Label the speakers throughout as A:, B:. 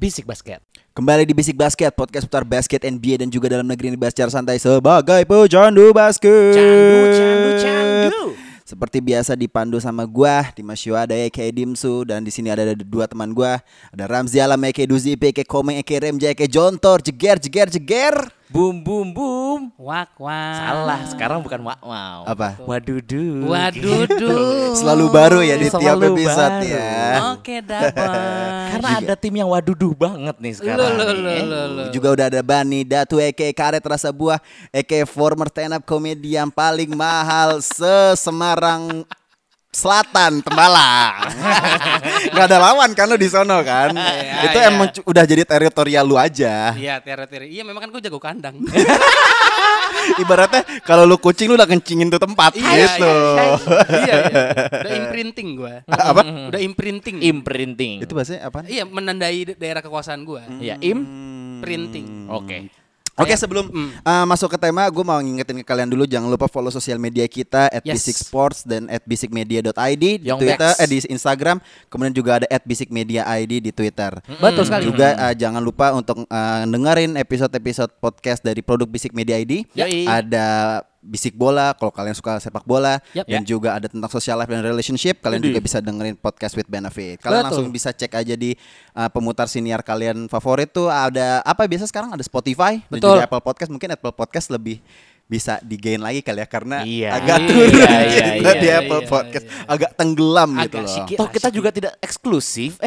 A: Bisik Basket.
B: Kembali di Bisik Basket, podcast putar basket NBA dan juga dalam negeri yang dibahas secara santai sebagai pecandu basket.
A: Candu.
B: Seperti biasa dipandu sama gua, Dimas Yuada aka Dimsu, dan di sini ada dua teman gua, ada Ramzi Alam aka Duzi aka Komeng aka Remja aka Jontor, jeger.
A: Boom boom boom.
C: Wak wak.
A: Salah, sekarang bukan wak wow.
B: Apa?
A: Wadudu.
C: Wadudu.
B: Selalu baru ya di tiap
A: Selalu
B: episode
A: baru.
B: ya.
C: Oke dapat.
A: Karena ada tim yang waduduh banget nih sekarang.
B: Juga udah ada Bani Datu aka Karet Rasa Buah aka former stand up comedian paling mahal se-Semarang Selatan, Tembalang. Gak ada lawan kan lu di sono kan. Itu emang udah jadi teritorial lu aja.
C: Iya teori. Iya memang kan gue jago kandang.
B: Ibaratnya kalau lu kucing lu udah kencingin tuh tempat gitu.
C: Iya. Udah imprinting gue.
B: Apa?
C: Udah imprinting.
A: Imprinting.
B: Itu bahasanya apa?
C: Iya menandai daerah kekuasaan gue.
A: Ya,
C: Printing.
A: Oke.
B: Oke, sebelum masuk ke tema, gue mau ngingetin ke kalian dulu, jangan lupa follow sosial media kita @bisiksports dan @bisikmedia.id di
A: Young
B: Twitter,
A: Backs.
B: di Instagram, kemudian juga ada @bisikmediaid di Twitter.
C: Betul sekali.
B: Juga jangan lupa untuk dengerin episode-episode podcast dari produk Bisik Media ID.
A: Yoi.
B: Ada Bisik Bola kalau kalian suka sepak bola,
C: Yap.
B: dan juga ada tentang social life dan relationship. Kalian juga bisa dengerin podcast with benefit. Kalian
C: Betul.
B: langsung bisa cek aja di pemutar siniar kalian favorit tuh ada apa biasa sekarang ada Spotify dan
C: Betul.
B: juga Apple Podcast. Mungkin Apple Podcast lebih bisa digain lagi kali ya karena
A: Iya.
B: agak turun
A: Iya,
B: kita di
A: iya,
B: Apple
C: iya,
B: Podcast,
C: iya.
B: agak tenggelam gitu
C: Agak
B: loh.
C: sikit.
A: Toh kita juga tidak eksklusif.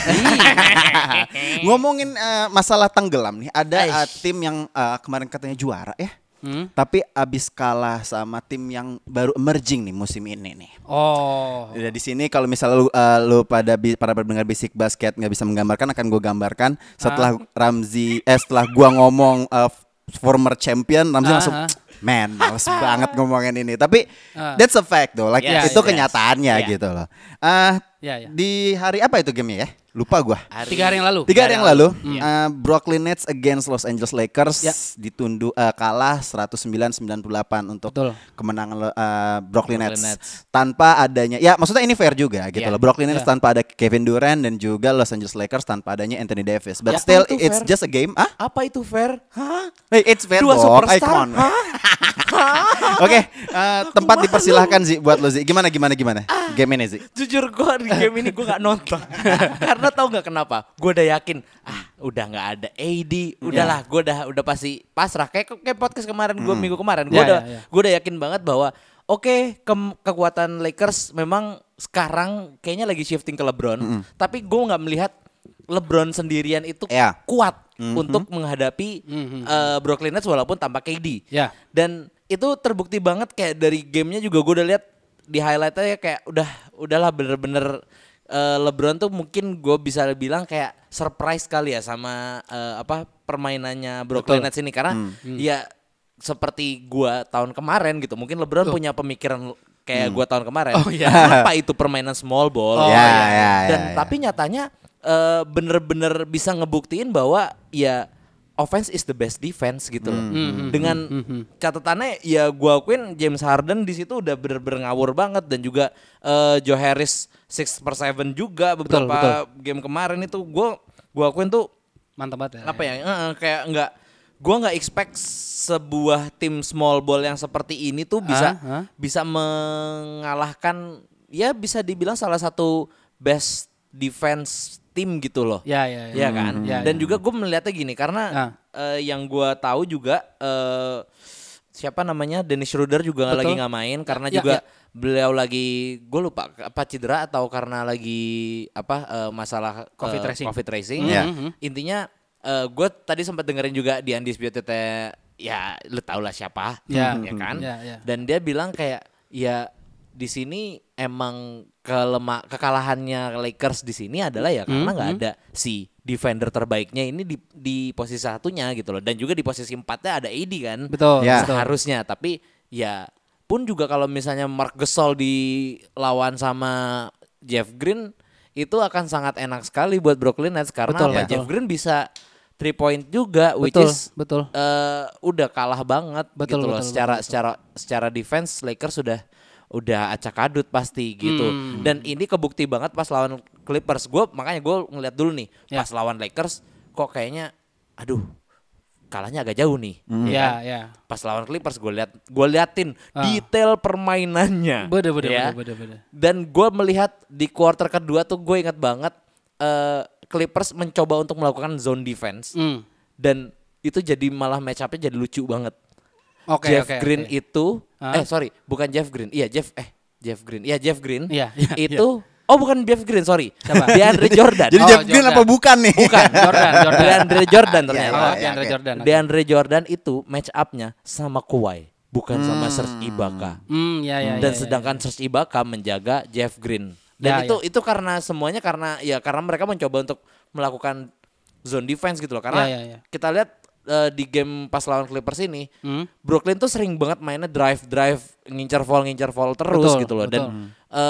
B: Ngomongin masalah tenggelam nih, ada
A: Aish.
B: tim yang kemarin katanya juara ya. Tapi abis kalah sama tim yang baru emerging nih musim ini nih.
C: Oh.
B: Ya, di sini kalau misalnya lu para pendengar Bisik Basket nggak bisa menggambarkan, akan gue gambarkan setelah setelah gua ngomong former champion, Ramzi langsung man, males banget ngomongin ini. Tapi that's a fact though, like
A: Yes,
B: itu
A: yes.
B: kenyataannya
A: Yeah.
B: gitu loh.
C: Iya.
B: Di hari apa itu gamenya ya? Lupa gua.
C: 3 hari yang lalu.
B: 3 hari yang lalu, Brooklyn Nets against Los Angeles Lakers kalah 109-98 untuk
C: Betul.
B: kemenangan Brooklyn Nets.
A: Nets.
B: Tanpa adanya, ya maksudnya ini fair juga gitu
A: Yeah.
B: loh. Brooklyn Nets
C: Yeah.
B: tanpa ada Kevin Durant dan juga Los Angeles Lakers tanpa adanya Anthony Davis. But
A: Ya,
B: still
A: itu
B: it's
A: fair.
B: just a game.
A: Apa itu fair? Hah?
B: Hey, it's fair
A: Dua
B: dong. Ay,
A: superstar?
B: come on. Oke, tempat dipersilahkan Zi buat lo Zi. Gimana? Game ini Zi.
A: Jujur gue di game ini gue gak nonton. Karena tahu gak kenapa? Gue udah yakin udah gak ada AD. Udahlah gue udah pasti pasrah. Kayak podcast kemarin gue minggu kemarin. Gue udah yakin banget bahwa oke, kekuatan Lakers memang sekarang kayaknya lagi shifting ke LeBron. Tapi gue gak melihat LeBron sendirian itu kuat untuk menghadapi Brooklyn Nets walaupun tanpa KD.
C: Ya.
A: Dan itu terbukti banget kayak dari gamenya juga gue udah lihat di highlightnya kayak udahlah bener-bener LeBron tuh mungkin gue bisa bilang kayak surprise kali ya sama permainannya Brooklyn Nets ini karena ya seperti gue tahun kemarin gitu mungkin LeBron punya pemikiran kayak gue tahun kemarin apa itu permainan small ball tapi nyatanya bener-bener bisa ngebuktiin bahwa ya offense is the best defense gitu loh. Dengan catatannya ya gua akuin James Harden di situ udah bener-bener ngawur banget dan juga Joe Harris 6/7 juga beberapa game kemarin itu gua akuin tuh
C: Mantap banget ya.
A: apa ya kayak gua nggak expect sebuah tim small ball yang seperti ini tuh bisa mengalahkan ya bisa dibilang salah satu best defense tim gitu loh.
C: Ya
A: Kan? Dan juga gue melihatnya gini karena yang gue tahu juga siapa namanya Dennis Schroeder juga lagi nggak main karena juga beliau lagi gue lupa apa cedera atau karena lagi masalah COVID tracing. Intinya gue tadi sempat dengerin juga di Undisputed ya lu tau lah siapa ya kan. Dan dia bilang kayak ya di sini emang kekalahannya Lakers di sini adalah ya karena nggak ada si defender terbaiknya ini di posisi satunya gitu loh dan juga di posisi 4-nya ada AD kan
C: Betul.
A: Seharusnya tapi ya pun juga kalau misalnya Marc Gasol dilawan sama Jeff Green itu akan sangat enak sekali buat Brooklyn Nets karena Jeff Green bisa 3 point juga which is udah kalah banget gitu loh secara defense Lakers udah acak adut pasti gitu. Dan ini kebukti banget pas lawan Clippers. Makanya gue ngeliat dulu nih pas lawan Lakers kok kayaknya aduh kalahnya agak jauh nih.
C: Iya, iya.
A: Pas lawan Clippers gue liatin detail permainannya.
C: Bener.
A: Dan gue melihat di quarter kedua tuh gue ingat banget Clippers mencoba untuk melakukan zone defense. Dan itu jadi malah match up-nya jadi lucu banget. Jeff Green itu bukan Jeff Green. Jeff Green.
C: Iya.
A: Itu bukan Jeff Green, sorry.
C: Siapa?
A: DeAndre Jordan.
B: Jadi Jeff Green apa bukan nih?
A: Bukan.
C: Jordan.
A: DeAndre Jordan ternyata.
C: DeAndre Jordan.
A: DeAndre Jordan itu match up-nya sama Kawhi, bukan sama Serge Ibaka. Dan sedangkan Serge Ibaka menjaga Jeff Green. Dan itu karena semuanya karena mereka mencoba untuk melakukan zone defense gitu loh. Karena kita lihat di game pas lawan Clippers ini, Brooklyn tuh sering banget mainnya drive, ngincar fall terus gitu loh. Dan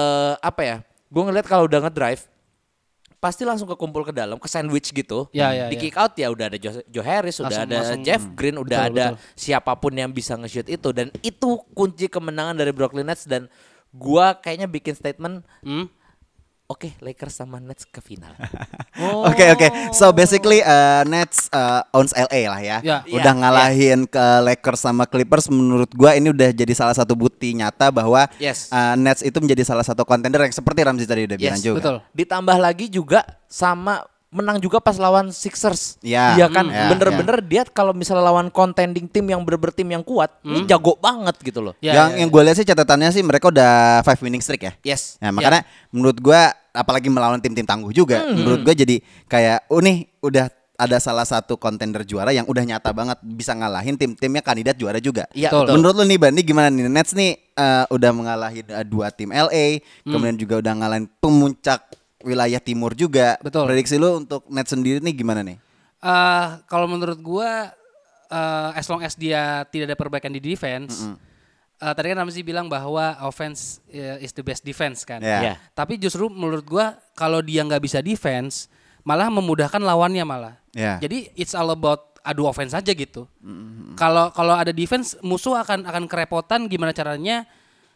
A: gue ngeliat kalau udah ngedrive pasti langsung kekumpul ke dalam, ke sandwich gitu. Di kick out ya udah ada Joe Harris, udah ada Jeff Green, udah ada siapapun yang bisa nge-shoot itu. Dan itu kunci kemenangan dari Brooklyn Nets. Dan gue kayaknya bikin statement, Oke, Lakers sama Nets ke final.
B: Oke. So basically Nets owns LA lah ya. Udah ngalahin ke Lakers sama Clippers. Menurut gua ini udah jadi salah satu bukti nyata bahwa Nets itu menjadi salah satu contender yang seperti Ramzi tadi udah bilang juga.
C: Betul.
A: Ditambah lagi juga sama menang juga pas lawan Sixers.
B: Iya
A: kan, bener-bener dia kalau misalnya lawan contending tim yang bener-bener tim yang kuat, ini jago banget gitu loh.
B: Yang gue lihat sih catatannya sih mereka udah 5 winning streak ya. Nah, makanya menurut gue apalagi melawan tim-tim tangguh juga, menurut gue jadi kayak nih udah ada salah satu kontender juara yang udah nyata banget bisa ngalahin tim-timnya kandidat juara juga. Menurut lu nih Bandi gimana nih, Nets nih udah mengalahin 2 tim LA, kemudian juga udah ngalahin pemuncak wilayah timur juga.
C: Betul.
B: Prediksi lu untuk Nets sendiri nih gimana nih?
C: Kalau menurut gua as long as dia tidak ada perbaikan di defense, tadi kan Ramzi bilang bahwa offense is the best defense kan. Tapi justru menurut gua kalau dia nggak bisa defense, malah memudahkan lawannya malah. Jadi it's all about adu offense aja gitu. Kalau ada defense, musuh akan kerepotan gimana caranya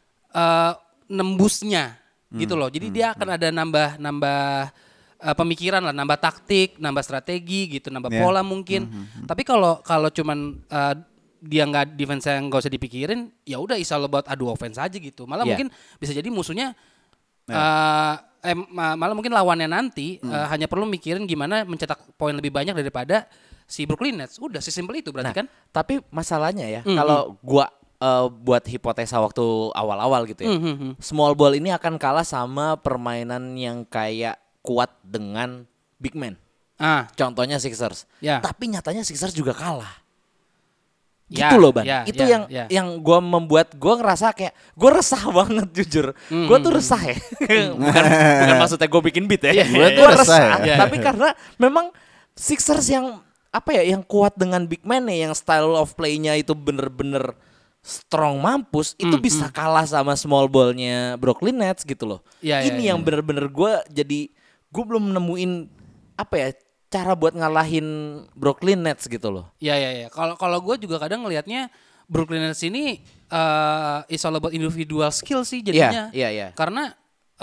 C: nembusnya. Gitu loh. Jadi dia akan ada nambah pemikiran lah, nambah taktik, nambah strategi gitu, nambah pola mungkin. Tapi kalau cuman dia nggak defense yang nggak usah dipikirin, ya udah it's all about adu offense aja gitu. Malah mungkin bisa jadi musuhnya malah mungkin lawannya nanti hanya perlu mikirin gimana mencetak poin lebih banyak daripada si Brooklyn Nets. Udah sesimpel itu berarti kan.
A: Tapi masalahnya ya, kalau gua buat hipotesa waktu awal-awal gitu ya. Small ball ini akan kalah sama permainan yang kayak kuat dengan big man. Contohnya Sixers. Tapi nyatanya Sixers juga kalah. Gitu loh Ban. Itu yang gue membuat gue ngerasa kayak gue resah banget jujur. Gue tuh resah ya. bukan maksudnya gue bikin beat ya. Gue resah. Tapi karena memang Sixers yang yang kuat dengan big man nih, yang style of play-nya itu bener-bener strong mampus, itu bisa kalah sama small ball-nya Brooklyn Nets gitu loh. Ini yang bener-bener gue belum nemuin cara buat ngalahin Brooklyn Nets gitu loh.
C: Kalau gue juga kadang ngelihatnya Brooklyn Nets ini is all about individual skill sih jadinya. Karena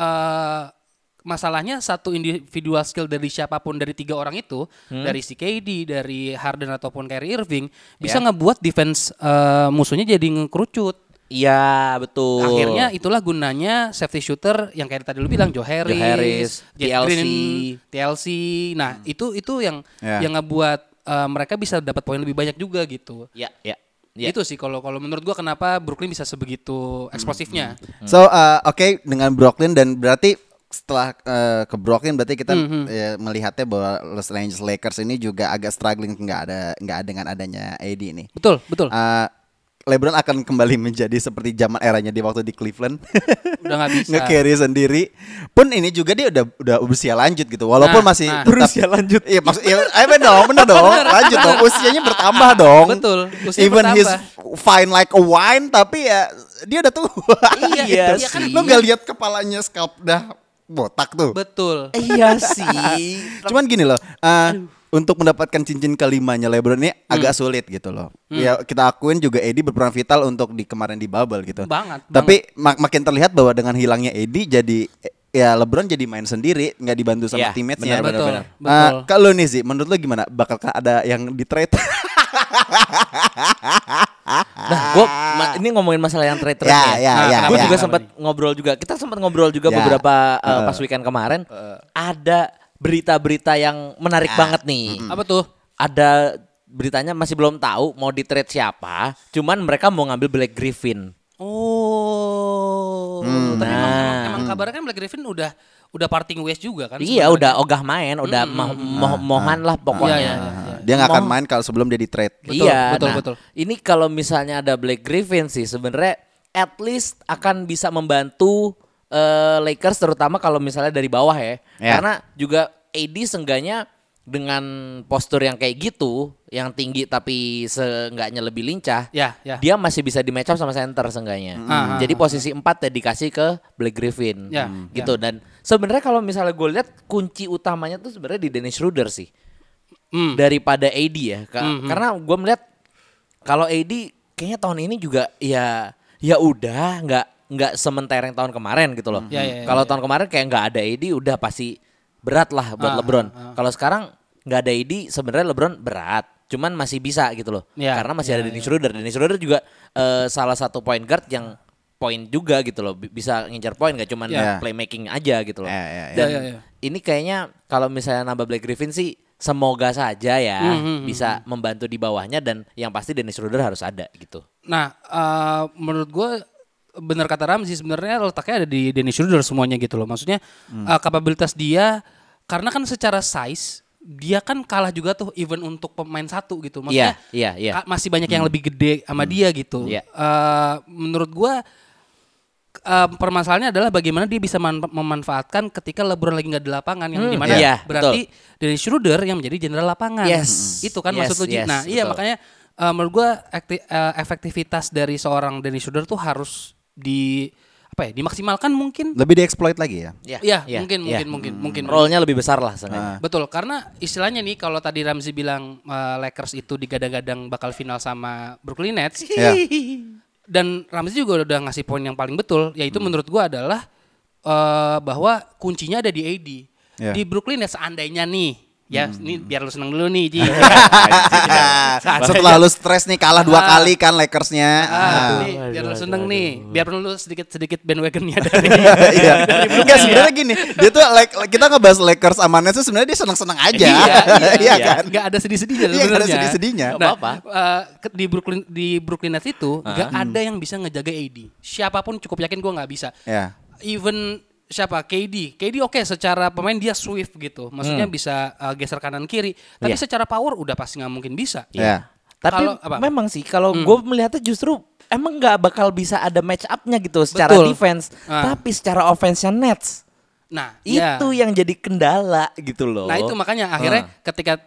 C: masalahnya satu individual skill dari siapapun dari 3 orang itu, dari si KD, dari Harden ataupun Kyrie Irving, bisa ngebuat defense musuhnya jadi ngekrucut.
A: Iya betul.
C: Akhirnya itulah gunanya safety shooter yang kayak tadi lu bilang, Joe Harris, Jeff Green, TLC. Nah itu yang ngebuat mereka bisa dapat poin lebih banyak juga gitu. Itu sih kalau menurut gua kenapa Brooklyn bisa sebegitu eksplosifnya.
B: So dengan Brooklyn, dan berarti setelah ke Brooklyn berarti kita melihatnya bahwa Los Angeles Lakers ini juga agak struggling nggak dengan adanya AD ini.
C: Betul.
B: LeBron akan kembali menjadi seperti zaman eranya di waktu di Cleveland.
C: Udah nggak bisa
B: nge-carry sendiri. Pun ini juga dia udah usia lanjut gitu. Walaupun masih
A: berusia lanjut.
B: Iya bener dong. Lanjut dong. Usianya bertambah dong.
C: Betul.
B: Even he's fine like a wine, tapi ya dia udah tua.
A: Iya
B: gitu. Kan lo nggak lihat kepalanya scalp dah botak tuh.
C: Betul.
A: Iya sih.
B: Cuman gini loh, untuk mendapatkan cincin kelimanya LeBron ini agak sulit gitu loh. Ya kita akuin juga AD berperan vital untuk kemarin di bubble gitu.
C: Banget.
B: Tapi makin terlihat bahwa dengan hilangnya AD jadi ya LeBron jadi main sendiri, nggak dibantu sama teammates-nya.
C: Betul.
B: Kalau nih sih, menurut lo gimana? Bakalkah ada yang di trade?
A: Nah, ini ngomongin masalah yang trade ya. Gue juga sempat ngobrol juga. Kita sempat ngobrol juga beberapa pas weekend kemarin. Ada berita-berita yang menarik banget nih.
C: Apa tuh?
A: Ada beritanya masih belum tahu mau di trade siapa. Cuman mereka mau ngambil Blake Griffin.
C: Tapi emang kabarnya kan Blake Griffin udah parting ways juga kan?
A: Iya, udah ogah main, udah mohan lah pokoknya.
C: Iya.
B: Dia nggak akan main kalau sebelum dia di trade.
C: Betul.
A: Ini kalau misalnya ada Blake Griffin sih sebenarnya at least akan bisa membantu Lakers terutama kalau misalnya dari bawah ya. Karena juga AD seenggaknya dengan postur yang kayak gitu, yang tinggi tapi seenggaknya lebih lincah, dia masih bisa di match up sama center seenggaknya. Jadi posisi 4 ya dikasih ke Blake Griffin, gitu. Dan sebenarnya kalau misalnya gue lihat kunci utamanya tuh sebenarnya di Dennis Schroeder sih, daripada AD ya. Karena gue melihat kalau AD kayaknya tahun ini juga ya udah nggak sementereng tahun kemarin gitu loh. Kalau tahun kemarin kayak nggak ada AD udah pasti berat lah buat LeBron. Kalau sekarang nggak ada AD sebenarnya LeBron berat, cuman masih bisa gitu loh. Karena masih ada Dennis Schroeder. Dennis Schroeder juga salah satu point guard yang point juga gitu loh, bisa ngincar point nggak cuman playmaking aja gitu loh. Dan ini kayaknya kalau misalnya nambah Blake Griffin sih semoga saja ya bisa membantu di bawahnya dan yang pasti Dennis Schroeder harus ada gitu.
C: Nah, menurut gue benar kata Ramzi sebenarnya letaknya ada di Dennis Schroeder semuanya gitu loh. Maksudnya kapabilitas dia karena kan secara size dia kan kalah juga tuh even untuk pemain satu gitu. Maksudnya masih banyak yang lebih gede sama dia gitu. Menurut gue permasalahannya adalah bagaimana dia bisa memanfaatkan ketika LeBron lagi nggak di lapangan yang dimana berarti Dennis Schroeder yang menjadi jenderal lapangan. Itu kan maksud lu. Nah, iya makanya menurut gue efektivitas dari seorang Dennis Schroeder tuh harus dimaksimalkan mungkin.
B: Lebih dieksploit lagi ya?
C: Iya, mungkin.
A: Role-nya lebih besar lah sengaja.
C: Betul, karena istilahnya nih kalau tadi Ramzi bilang Lakers itu digadang-gadang bakal final sama Brooklyn Nets. Dan Ramzi juga udah ngasih poin yang paling betul, yaitu menurut gua adalah bahwa kuncinya ada di AD. Di Brooklyn Nets seandainya nih ini biar lu seneng dulu nih Ji.
B: Setelah lu stres nih kalah 2 kali kan Lakersnya.
C: Biar lu seneng nih. Biar lu sedikit bandwagonnya dari.
B: Enggak sebenarnya gini. Dia tuh kita ngebahas Lakers sama Nets tuh sebenarnya dia seneng-seneng aja. Iya kan?
C: Enggak ada sedih-sedihnya
B: sebenarnya. Enggak ada sedih-sedihnya.
C: Nah, di Brooklyn Nets itu enggak ada yang bisa ngejaga AD. Siapapun cukup yakin gua enggak bisa. Even siapa KD oke, secara pemain dia swift gitu, maksudnya bisa geser kanan kiri, tapi secara power udah pasti nggak mungkin bisa.
A: Tapi memang sih kalau gue melihatnya justru emang nggak bakal bisa ada match up-nya gitu secara defense, tapi secara offense-nya Nets. Nah itu yang jadi kendala gitu loh.
C: Nah itu makanya akhirnya ketika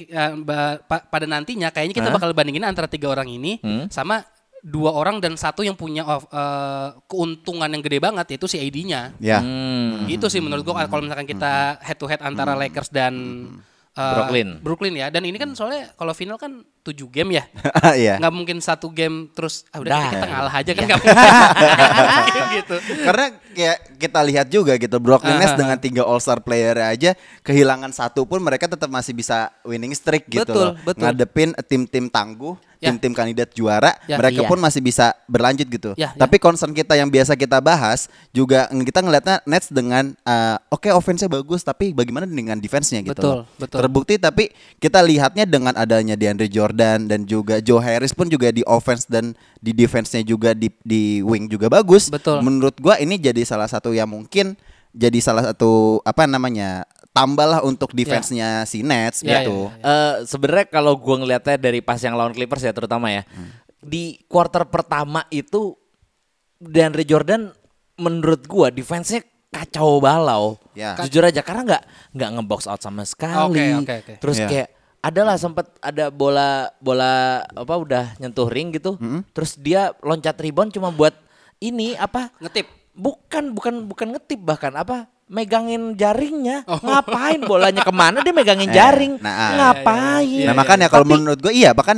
C: pada nantinya kayaknya kita bakal bandingin antara 3 orang ini sama 2 orang dan 1 yang punya keuntungan yang gede banget, yaitu si AD-nya. Gitu sih menurut gua kalau misalkan kita head to head antara Lakers dan Brooklyn ya. Dan ini kan soalnya kalau final kan 7 game ya. Nggak mungkin 1 game terus udah kita ngalah aja kan nggak mungkin. Gitu.
B: Karena kayak kita lihat juga gitu Brooklyn Nets dengan 3 all-star player aja kehilangan 1 pun mereka tetap masih bisa winning streak gitu loh. Ngadepin tim-tim tangguh, tim-tim kandidat juara, mereka pun masih bisa berlanjut gitu. Tapi concern kita yang biasa kita bahas juga kita ngelihatnya Nets dengan oke, offense-nya bagus tapi bagaimana dengan defense-nya gitu.
C: Betul.
B: Terbukti tapi kita lihatnya dengan adanya DeAndre Jordan dan juga Joe Harris pun juga di offense dan di defense-nya juga di wing juga bagus. Menurut gua ini jadi salah satu yang mungkin jadi salah satu tambah lah untuk defense-nya si Nets gitu.
A: Sebenarnya kalau gue ngelihatnya dari pas yang lawan Clippers ya terutama ya. Di quarter pertama itu DeAndre Jordan menurut gue defense-nya kacau balau. Jujur aja karena nggak ngebox out sama sekali. Terus kayak adalah sempat ada bola udah nyentuh ring gitu. Terus dia loncat rebound cuma buat ngetip. Bukan ngetip bahkan megangin jaringnya. Ngapain bolanya kemana dia megangin jaring? Ngapain?
B: Nah makanya kalau menurut gue makanya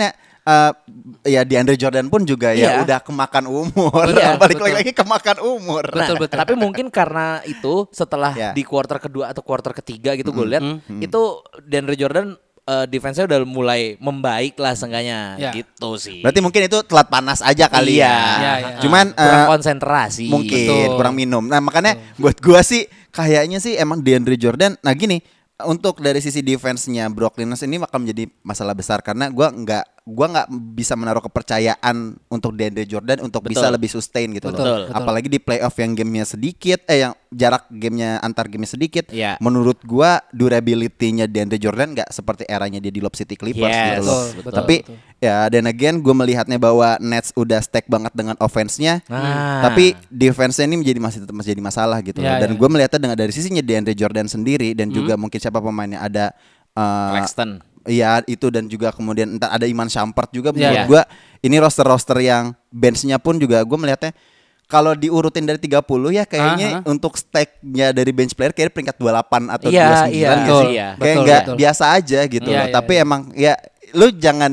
B: ya DeAndre Jordan pun juga ya udah kemakan umur. Balik lagi kemakan umur.
A: Nah, betul. Tapi mungkin karena itu setelah di kuarter kedua atau kuarter ketiga gitu gue lihat itu DeAndre Jordan defense-nya udah mulai membaik lah seenggaknya gitu sih.
B: Berarti mungkin itu telat panas aja kali ya. Cuman
A: kurang konsentrasi.
B: Mungkin kurang minum. Nah, makanya buat gua sih kayaknya sih emang DeAndre Jordan. Nah, gini, untuk dari sisi defense-nya Brooklyn Nets ini akan menjadi masalah besar karena gua nggak bisa menaruh kepercayaan untuk DeAndre Jordan untuk bisa lebih sustain gitu loh. Apalagi di playoff yang gamenya sedikit, yang jarak gamenya antar gamenya sedikit. Menurut gua durability-nya DeAndre Jordan nggak seperti eranya dia di Lob City Clippers gitu loh. Tapi ya dan again gue melihatnya bahwa Nets udah stack banget dengan offense-nya, tapi defense-nya ini masih tetap jadi masalah gitu loh. Dan gue melihatnya dari sisinya DeAndre Jordan sendiri dan juga mungkin siapa pemainnya ada
A: Claxton.
B: Iya itu dan juga kemudian entar ada Iman Shumpert juga menurut gue ini roster yang bench-nya pun juga gue melihatnya kalau diurutin dari 30 ya kayaknya untuk stack-nya dari bench player kayak peringkat 28 atau 29 gitu sih. Kayak enggak biasa aja gitu loh. Tapi emang ya lu jangan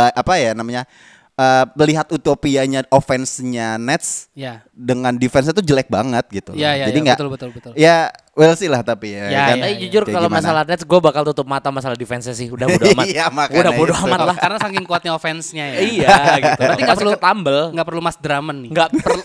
B: melihat utopianya offense-nya Nets dengan defense-nya tuh jelek banget gitu. Jadi enggak
C: betul.
B: Ya well sih lah tapi
A: kan. Jujur kalau masalah Nets gue bakal tutup mata masalah defense-nya sih. Udah bodo amat. Udah bodo amat lah
C: karena saking kuatnya offense-nya ya.
A: Iya gitu. Berarti enggak perlu tambel.
C: Enggak perlu Mas Drummond nih.
A: Enggak perlu.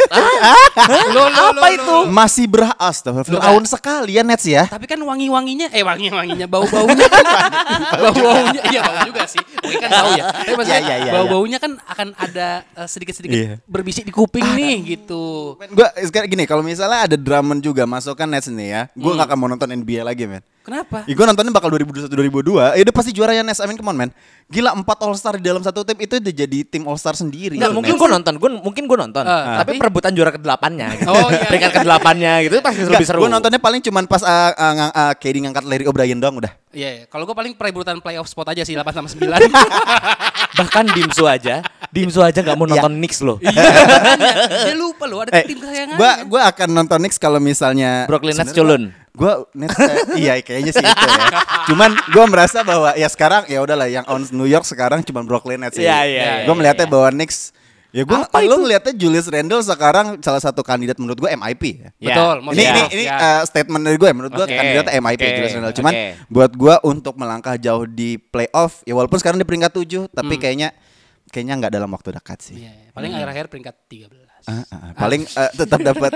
A: Apa itu?
B: Masih berastagfirullah sekali ya Nets ya.
C: Tapi kan wangi-wanginya bau-baunya kan bau-baunya iya bau juga sih. Mungkin kan tahu ya. Tapi maksudnya bau-baunya kan akan ada sedikit-sedikit berbisik di kuping nih gitu.
B: Gua sekarang gini, kalau misalnya ada Drummond juga masuk kan Nets nih ya, gue gak akan mau nonton NBA lagi men.
C: Kenapa?
B: Ya, gue nontonnya bakal 2021-2022. Itu pasti juaranya Nets. I mean come on man. Gila 4 All-Star di dalam satu tim itu udah jadi tim All-Star sendiri.
A: Nggak, mungkin gue nonton. Tapi perebutan juara ke-8-nya gitu. Peringkat ke-8-nya gitu pasti lebih seru.
B: Gue nontonnya paling cuman pas KD ngangkat Larry O'Brien doang udah.
C: Iya. Kalau gue paling perebutan playoff spot aja sih 8 sama 9.
A: Bahkan Dimsu aja nggak mau nonton Knicks loh.
C: Dia lupa loh ada tim kesayangannya.
B: Gue akan nonton Knicks kalau misalnya
A: Brooklyn Nets culun.
B: Gue Nets iya kayaknya sih itu ya. Cuman gue merasa bahwa ya sekarang ya udahlah yang on New York sekarang cuma Brooklyn Nets ya. Gue melihatnya bahwa Knicks ya gue ngelihatnya Julius Randle sekarang salah satu kandidat menurut gue MIP ya.
C: Betul.
B: Ini statement dari gue menurut gue kandidatnya MIP Julius Randle. Cuman buat gue untuk melangkah jauh di playoff ya walaupun sekarang di peringkat 7 tapi kayaknya nggak dalam waktu dekat sih.
C: Paling akhir-akhir peringkat 13.
B: Paling tetap dapat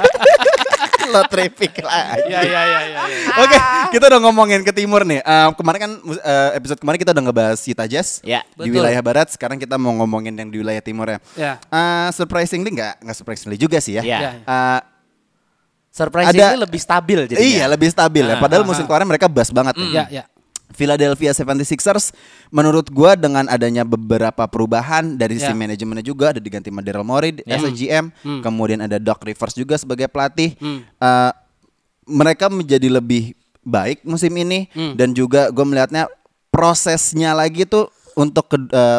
B: lotre pick lah.
C: Iya.
B: Oke, kita udah ngomongin ke timur nih. Kemarin kan episode kemarin kita udah ngebahas Utah Jazz di wilayah barat. Sekarang kita mau ngomongin yang di wilayah timur ya. Surprisingly nggak surprisingly juga sih ya.
A: Surprisingly lebih stabil jadinya.
B: Iya, lebih stabil ya. Padahal musim kemarin mereka bas banget.
C: Iya.
B: Philadelphia 76ers menurut gue dengan adanya beberapa perubahan dari sisi manajemennya juga ada diganti sama Daryl Morey as a GM, kemudian ada Doc Rivers juga sebagai pelatih. Mereka menjadi lebih baik musim ini dan juga gue melihatnya prosesnya lagi tuh untuk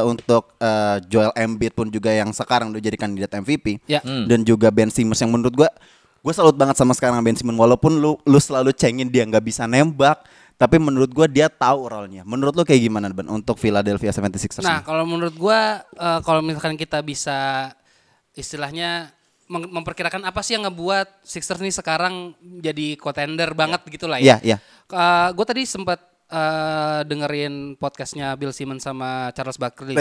B: Joel Embiid pun juga yang sekarang udah jadi kandidat MVP dan juga Ben Simmons yang menurut gue salut banget sama sekarang Ben Simmons walaupun lu selalu cengin dia nggak bisa nembak. Tapi menurut gue dia tahu role-nya. Menurut lo kayak gimana Ben untuk Philadelphia 76ers?
C: Nah kalau menurut gue kalau misalkan kita bisa istilahnya memperkirakan apa sih yang ngebuat Sixers ini sekarang jadi contender banget gitu lah ya. Gue tadi sempat dengerin podcastnya Bill Simmons sama Charles Barkley.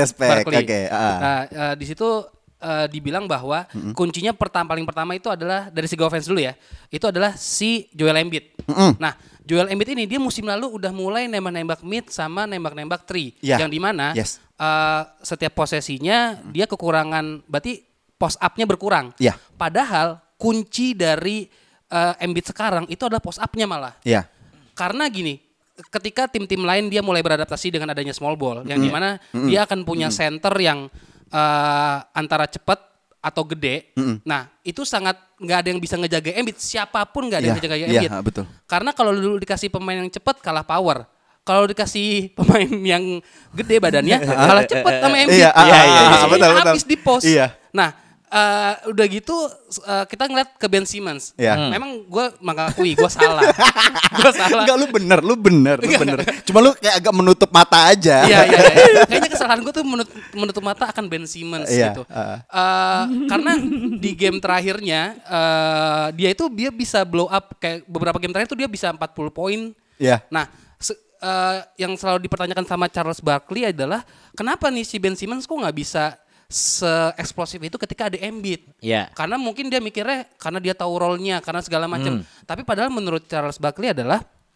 C: Nah di situ dibilang bahwa kuncinya paling pertama itu adalah dari segi offense dulu ya. Itu adalah si Joel Embiid. Nah Joel Embiid ini dia musim lalu udah mulai nembak-nembak mid sama nembak-nembak three yang dimana setiap posesinya dia kekurangan berarti post up-nya berkurang. Padahal kunci dari Embiid sekarang itu adalah post up-nya malah. Karena gini, ketika tim-tim lain dia mulai beradaptasi dengan adanya small ball yang dimana dia akan punya center yang antara cepat atau gede, nah itu sangat nggak ada yang bisa ngejaga Embiid, siapapun nggak ada yang ngejaga Embiid.
B: Betul.
C: Karena kalau dulu dikasih pemain yang cepat kalah power, kalau dikasih pemain yang gede badannya kalah cepat sama Embiid.
B: Betul.
C: Habis di post. Nah Udah gitu kita ngeliat ke Ben Simmons. Memang gue mengakui gue salah.
B: Enggak, lu bener. Cuma lu kayak agak menutup mata aja.
C: Iya. Kayaknya kesalahan gue tuh menutup mata akan Ben Simmons gitu. Karena di game terakhirnya dia bisa blow up, kayak beberapa game terakhir tuh dia bisa 40 poin. Nah, yang selalu dipertanyakan sama Charles Barkley adalah kenapa nih si Ben Simmons kok nggak bisa se-eksplosif itu ketika ada Embiid. Karena mungkin dia mikirnya karena dia tahu role-nya, karena segala macam. Tapi padahal menurut Charles Barkley adalah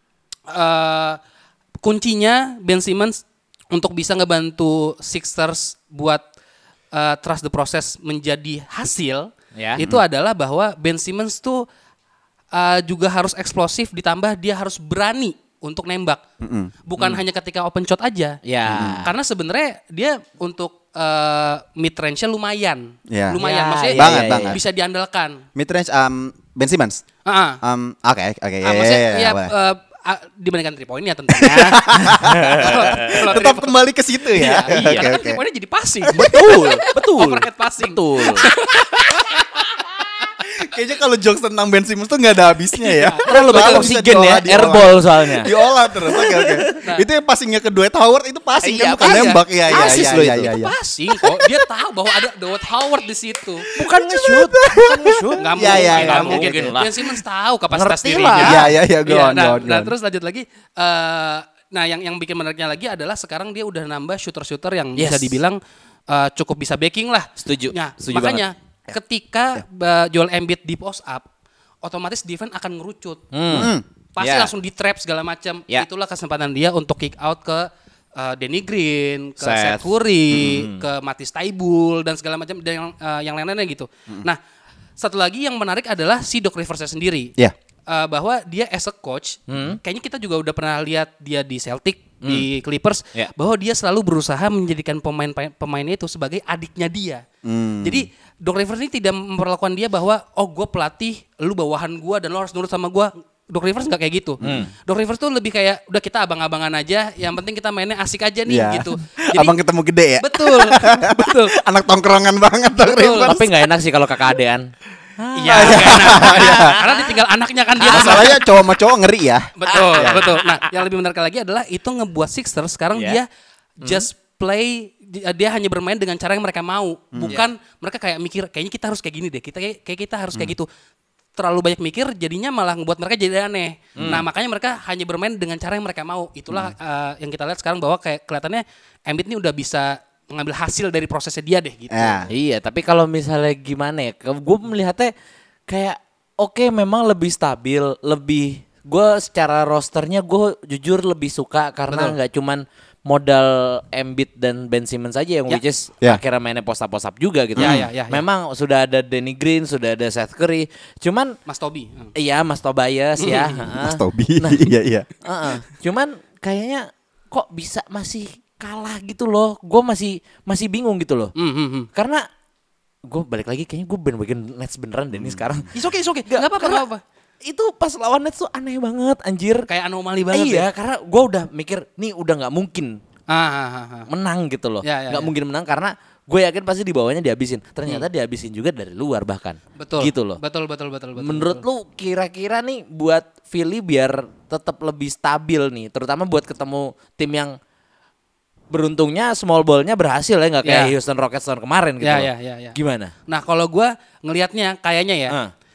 C: kuncinya Ben Simmons untuk bisa ngebantu Sixers buat trust the process menjadi hasil, itu adalah bahwa Ben Simmons tuh juga harus eksplosif, ditambah dia harus berani untuk nembak. Bukan hanya ketika open shot aja. Karena sebenarnya dia untuk mid range-nya lumayan. Maksudnya
B: banget.
C: Bisa diandalkan.
B: Mid range Ben Simmons. Oke.
C: Dibandingkan 3 poinnya tentunya.
B: Tetap kembali ke situ ya.
C: Karena 3 poinnya jadi passing.
A: Betul.
C: Overhead passing.
A: Betul.
B: Kayaknya kalau jokes tentang Ben Simmons tuh gak ada habisnya ya.
A: Terlalu banyak oksigen ya, airball soalnya.
B: Diolah terus. Oke. Nah, itu yang passingnya ke Dwight Howard itu passing kan, bukan nembak. Iya.
C: Itu passing kok. Dia tahu bahwa ada Dwight Howard di situ.
A: Bukan nge-shoot.
C: Nggak mungkin. Ben Simmons tahu kapasitas dirinya.
B: Iya, go on.
C: Nah, terus lanjut lagi. Nah, yang bikin menariknya lagi adalah sekarang dia udah nambah shooter-shooter yang bisa dibilang cukup bisa backing lah.
A: Setuju.
C: Nah,
A: Setuju
C: makanya ketika Joel Embiid di post up, otomatis defense akan ngerucut. Pasti langsung di trap segala macam. Itulah kesempatan dia untuk kick out ke Danny Green, ke Seth Curry, ke Matisse Thybulle dan segala macam, dan yang lain-lainnya gitu. Nah, satu lagi yang menarik adalah si Doc Rivers sendiri. Bahwa dia as a coach, kayaknya kita juga udah pernah lihat dia di Celtic, di Clippers, bahwa dia selalu berusaha menjadikan pemainnya itu sebagai adiknya dia. Jadi Doc Rivers ini tidak memperlakukan dia bahwa gue pelatih, lu bawahan gue dan lu harus nurut sama gue. Doc Rivers nggak kayak gitu. Doc Rivers tuh lebih kayak udah kita abang-abangan aja, yang penting kita mainnya asik aja nih gitu.
B: Jadi, abang ketemu gede ya.
C: Betul.
B: Anak tongkrongan banget Doc Rivers.
A: Tapi nggak enak sih kalau kakak adean.
C: Iya. Karena ditinggal anaknya kan dia.
B: Masalahnya cowok sama cowok ngeri ya.
C: Betul. Nah, yang lebih menarik lagi adalah itu ngebuat Sixers sekarang dia just play, dia hanya bermain dengan cara yang mereka mau. Bukan mereka kayak mikir kayaknya kita harus kayak gini deh. Kita harus kayak gitu. Terlalu banyak mikir jadinya malah ngebuat mereka jadi aneh. Nah, makanya mereka hanya bermain dengan cara yang mereka mau. Itulah yang kita lihat sekarang bahwa kayak kelihatannya Embiid ini udah bisa mengambil hasil dari prosesnya dia deh gitu.
A: Iya, tapi kalau misalnya gimana ya, gue melihatnya kayak oke, memang lebih stabil, gue secara rosternya gue jujur lebih suka karena nggak cuman modal Embiid dan Ben Simmons aja yang which is akhirnya mainnya post up juga gitu. Memang sudah ada Danny Green, sudah ada Seth Curry, cuman
C: Mas Toby.
A: Iya, Mas Tobias ya.
B: Mas Toby. Iya.
A: Cuman kayaknya kok bisa masih kalah gitu loh. Gue masih bingung gitu loh. Karena gue balik lagi kayaknya gue bagian Nets beneran deh ini sekarang.
C: It's okay. Gak apa-apa.
A: Itu pas lawan Nets tuh aneh banget anjir.
C: Kayak anomali banget.
A: Iya, karena gue udah mikir nih udah gak mungkin menang gitu loh. Gak mungkin menang karena gue yakin pasti di bawahnya dihabisin. Ternyata dihabisin juga dari luar bahkan.
C: Betul.
A: Gitu loh.
C: Betul.
A: Menurut lu kira-kira nih buat Philly biar tetap lebih stabil nih, terutama buat ketemu tim yang beruntungnya small ball-nya berhasil ya, nggak kayak Houston Rockets tahun kemarin gitu. Gimana?
C: Nah, kalau gue ngelihatnya kayaknya ya,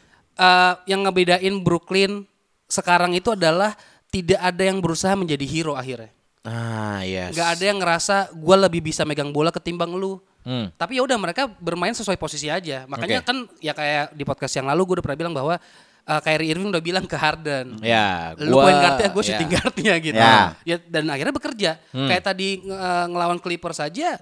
C: yang ngebedain Brooklyn sekarang itu adalah tidak ada yang berusaha menjadi hero akhirnya.
A: Yes.
C: Gak ada yang ngerasa gue lebih bisa megang bola ketimbang lu. Tapi ya udah mereka bermain sesuai posisi aja. Makanya kan ya kayak di podcast yang lalu gue udah pernah bilang bahwa Kyrie Irving udah bilang ke Harden, lu point guardnya, gue shooting guardnya gitu. Ya, dan akhirnya bekerja. Kayak tadi ngelawan Clippers saja,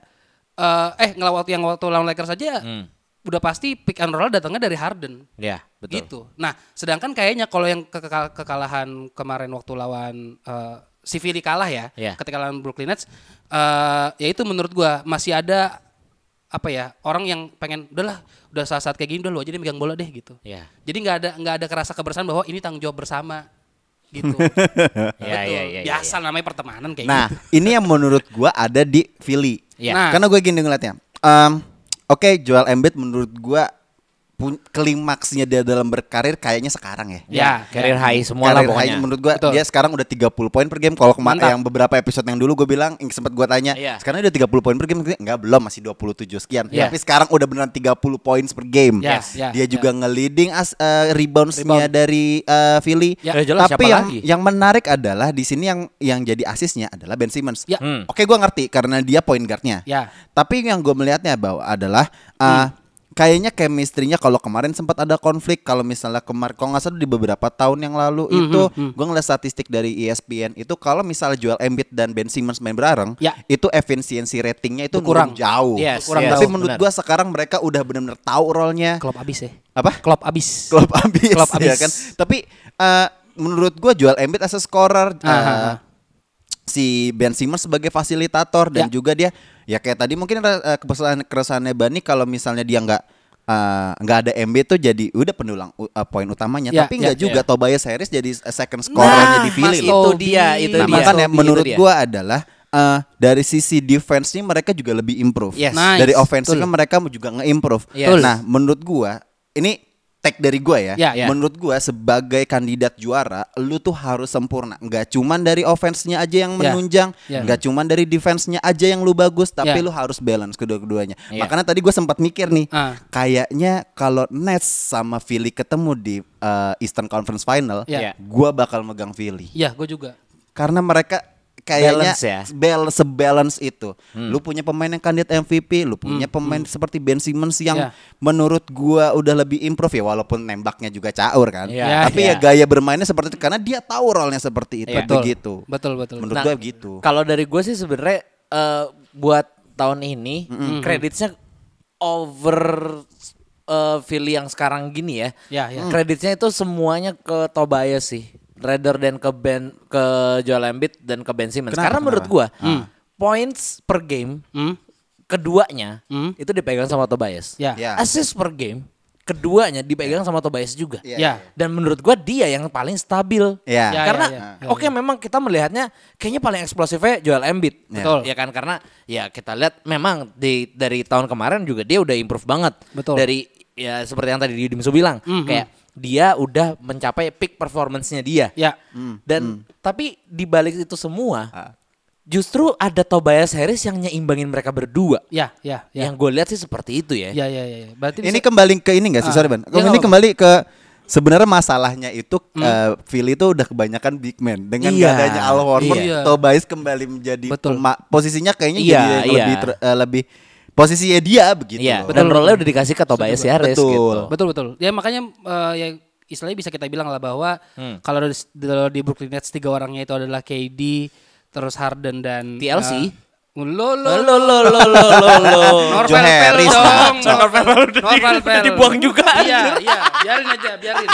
C: waktu lawan Lakers saja, udah pasti pick and roll datangnya dari Harden.
A: Ya, betul.
C: Gitu. Nah, sedangkan kayaknya kalau yang kekalahan kemarin waktu lawan si Philly kalah ya, ketika lawan Brooklyn Nets, ya itu menurut gue masih ada orang yang pengen udah saat kayak gini udah lu aja deh megang bola deh gitu. Jadi nggak ada kerasa kebersamaan bahwa ini tanggung jawab bersama gitu. Betul. Biasa namanya pertemanan kayak gitu.
B: Nah, ini yang menurut gua ada di Philly.
C: Nah,
B: karena gue gini ngeliatnya. oke, Joel Embiid menurut gua klimaksnya dia dalam berkarir kayaknya sekarang ya.
A: Ya, career high semua lah
B: Career high
A: pokoknya.
B: menurut gua
C: Betul.
B: dia sekarang udah 30 poin per game. Kalau kemarin yang beberapa episode yang dulu gue bilang sempat gua tanya, sekarang udah 30 poin per game. Enggak, belum, masih 27 sekian. Tapi sekarang udah beneran 30 poin per game. Dia juga nge-leading rebounds-nya dari Philly.
A: Jelas,
B: tapi yang menarik adalah di sini yang jadi asisnya adalah Ben Simmons. Oke, gua ngerti karena dia point guard-nya. Tapi yang gue melihatnya bahwa adalah kayaknya chemistry-nya kalau kemarin sempat ada konflik. Kalau misalnya kemarin, kalau nggak salah di beberapa tahun yang lalu itu gue ngeliat statistik dari ESPN itu kalau misalnya Joel Embiid dan Ben Simmons main bareng, itu efisiensi ratingnya itu kurang jauh. Tapi menurut gue sekarang mereka udah benar-benar tahu role-nya.
C: Klop abis ya.
B: Apa?
C: Klop abis.
B: Ya kan. Tapi menurut gue Joel Embiid as a scorer, si Ben Simmons sebagai fasilitator dan juga dia ya kayak tadi mungkin keresahannya Bani kalau misalnya dia nggak ada Embiid tuh jadi udah pendulang poin utamanya, tapi nggak juga. Tobias Harris jadi second scorernya di Philly
A: loh. Itu dia.
B: Makanya menurut gua adalah dari sisi defense-nya mereka juga lebih improve. Dari offense-nya mereka juga nge-improve. Nah, menurut gua ini take dari gue ya. Menurut gue sebagai kandidat juara, lu tuh harus sempurna. Nggak cuman dari offense-nya aja yang menunjang, nggak cuman dari defense-nya aja yang lu bagus, tapi lu harus balance kedua-keduanya. Makanya tadi gue sempat mikir nih, kayaknya kalau Nets sama Philly ketemu di Eastern Conference Final, gue bakal megang Philly.
C: Iya, gue juga.
B: Karena mereka kayaknya
A: sebalance
B: itu. Lu punya pemain yang kandidat MVP, lu punya pemain seperti Ben Simmons yang menurut gua udah lebih improve ya, walaupun nembaknya juga caur kan. Tapi ya gaya bermainnya seperti itu karena dia tahu role-nya seperti itu. Begitu.
C: Betul.
B: Menurut gua gitu.
A: Kalau dari gua sih sebenarnya buat tahun ini kreditnya over Philly yang sekarang gini ya. Kreditnya itu semuanya ke Tobias sih. Rather than ke Joel Embiid dan ke Ben Simmons. Karena menurut gua points per game keduanya itu dipegang sama Tobias. Assist per game keduanya dipegang sama Tobias juga. Dan menurut gua dia yang paling stabil. Karena oke, memang kita melihatnya kayaknya paling eksplosifnya Joel Embiid.
C: Betul.
A: Ya kan, karena ya kita lihat memang dari tahun kemarin juga dia udah improve banget. Dari ya seperti yang tadi Dimsu bilang, kayak dia udah mencapai peak performance-nya dia. Dan tapi di balik itu semua justru ada Tobias Harris yang nyimbangin mereka berdua. Yang gue lihat sih seperti itu ya.
C: Berarti
B: ini kembali ke ini enggak sih, sorry Ban. Ini kembali ke sebenarnya masalahnya itu Philly itu udah kebanyakan big man dengan gak adanya Al Horford. Tobias kembali menjadi posisinya kayaknya jadi lebih posisinya dia begitu.
A: Dan role-nya udah dikasih ke Tobias Harris gitu.
C: Betul. Ya makanya ya istilahnya bisa kita bilang lah bahwa kalau di Brooklyn Nets 3 orangnya itu adalah KD, terus Harden dan
A: TLC.
C: Norvel
B: Harris
C: dong.
A: Norvel dibuang juga.
C: Iya, biarin.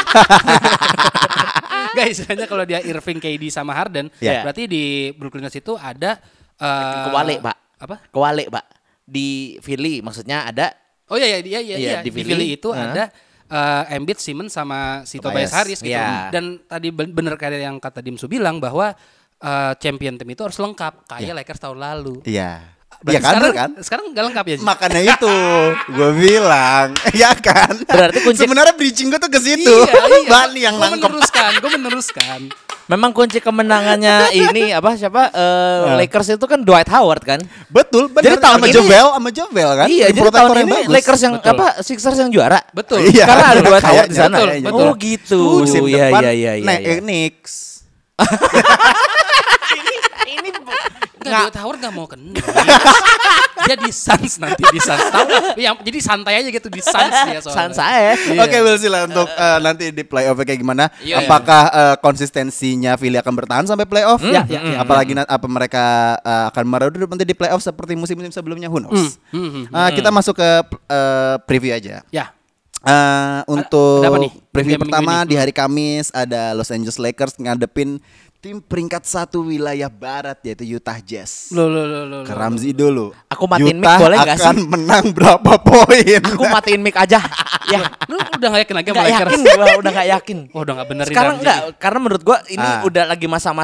C: Guys, istilahnya kalau dia Irving, KD sama Harden, berarti di Brooklyn Nets itu ada
A: Kewalik, Pak.
C: Apa?
A: Kewalik, Pak. Di Philly maksudnya ada.
C: Oh iya. Di Philly itu ada Embiid, Simmons sama si Tobias Harris gitu. Dan tadi bener kayak yang kata Dimsu bilang bahwa champion tim itu harus lengkap kayak Lakers tahun lalu.
B: Iya kan?
C: Sekarang nggak lengkap ya.
B: Makanya itu gue bilang, ya kan.
A: Berarti kunci
B: sebenarnya bridging gue tuh ke situ. Bali yang nangkep.
C: Gue meneruskan.
A: Memang kunci kemenangannya ini siapa Lakers itu kan Dwight Howard kan.
B: Betul, benar.
A: Jadi tahun
B: sama Jovel kan.
A: Iya, jadi tahun ini bagus. Lakers yang Sixers yang juara.
C: Betul.
A: Karena ada Dwight Howard di sana.
C: Betul.
A: Oh gitu.
B: Musim depan
A: iya.
B: Knicks.
C: Dwight Howard gak mau kena. Dia di Suns nanti di Suns. Tahu gak? Jadi santai aja gitu di Suns dia soalnya.
A: Suns saya.
B: Oke, we'll see lah untuk nanti di playoff kayak gimana. Apakah konsistensinya Philly akan bertahan sampai playoff? Apalagi apa mereka akan meraup nanti di playoff seperti musim-musim sebelumnya? Who knows? Kita masuk ke preview aja. Untuk preview pertama di hari Kamis ada Los Angeles Lakers ngadepin tim peringkat 1 wilayah barat yaitu Utah Jazz. Ke Ramzi dulu.
A: Aku matiin mic boleh gak sih?
B: Akan menang berapa poin?
A: Aku matiin mic aja. Ya,
C: lu udah gak yakin lagi sama
A: Lakers?
C: Lakers?
A: Gua udah gak yakin.
C: Udah gak benerin.
A: Sekarang enggak, karena menurut gua ini udah lagi masa-masa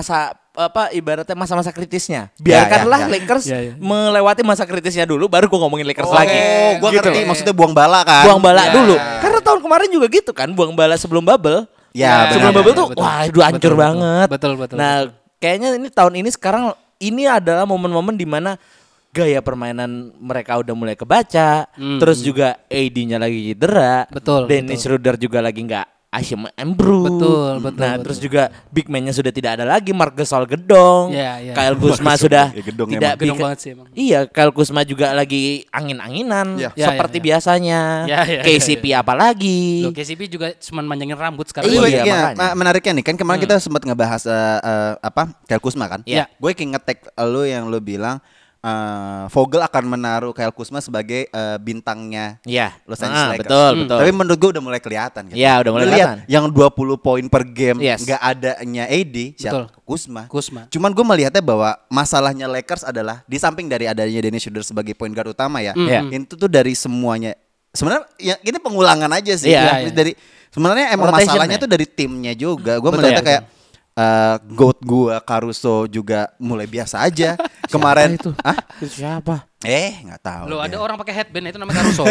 A: ibaratnya masa-masa kritisnya. Biarkanlah Lakers melewati masa kritisnya dulu, baru gue ngomongin Lakers lagi.
B: Gue ngerti maksudnya buang bala kan.
A: Buang bala dulu. Karena tahun kemarin juga gitu kan, buang bala sebelum bubble. Sebelum bubble tuh wah udah hancur banget.
C: Betul.
A: Nah, kayaknya ini tahun ini sekarang ini adalah momen-momen di mana gaya permainan mereka udah mulai kebaca, terus juga AD-nya lagi cedera, Dennis Schroeder juga lagi nggak asyik improve.
C: Betul.
A: Terus juga big man-nya sudah tidak ada lagi, Marc Gasol gedong, Kyle Kuzma sudah tidak
C: gedong banget sih emang.
A: Iya, Kyle Kuzma juga lagi angin-anginan seperti biasanya. KCP apalagi.
C: Loh, KCP juga cuma manjangin rambut sekarang.
B: Iya, menariknya nih kan kemarin kita sempat ngebahas Kyle Kuzma kan. Gue nge-tag lu yang lu bilang Vogel akan menaruh Kyle Kuzma sebagai bintangnya Los Angeles Lakers.
A: Betul.
B: Tapi menurut gue udah mulai kelihatan gitu.
A: Iya, udah mulai kelihatan.
B: Yang 20 poin per game nggak adanya AD, siapa? Kuzma. Cuman gue melihatnya bahwa masalahnya Lakers adalah di samping dari adanya Dennis Schroeder sebagai point guard utama itu tuh dari semuanya. Sebenarnya ya ini pengulangan aja sih. Dari sebenarnya emang masalahnya tuh dari timnya juga. Gue melihatnya kayak GOAT gua Caruso juga mulai biasa aja. Kemarin
A: itu? Siapa?
B: Nggak tahu.
C: Loh, ada orang pakai headband itu namanya Caruso.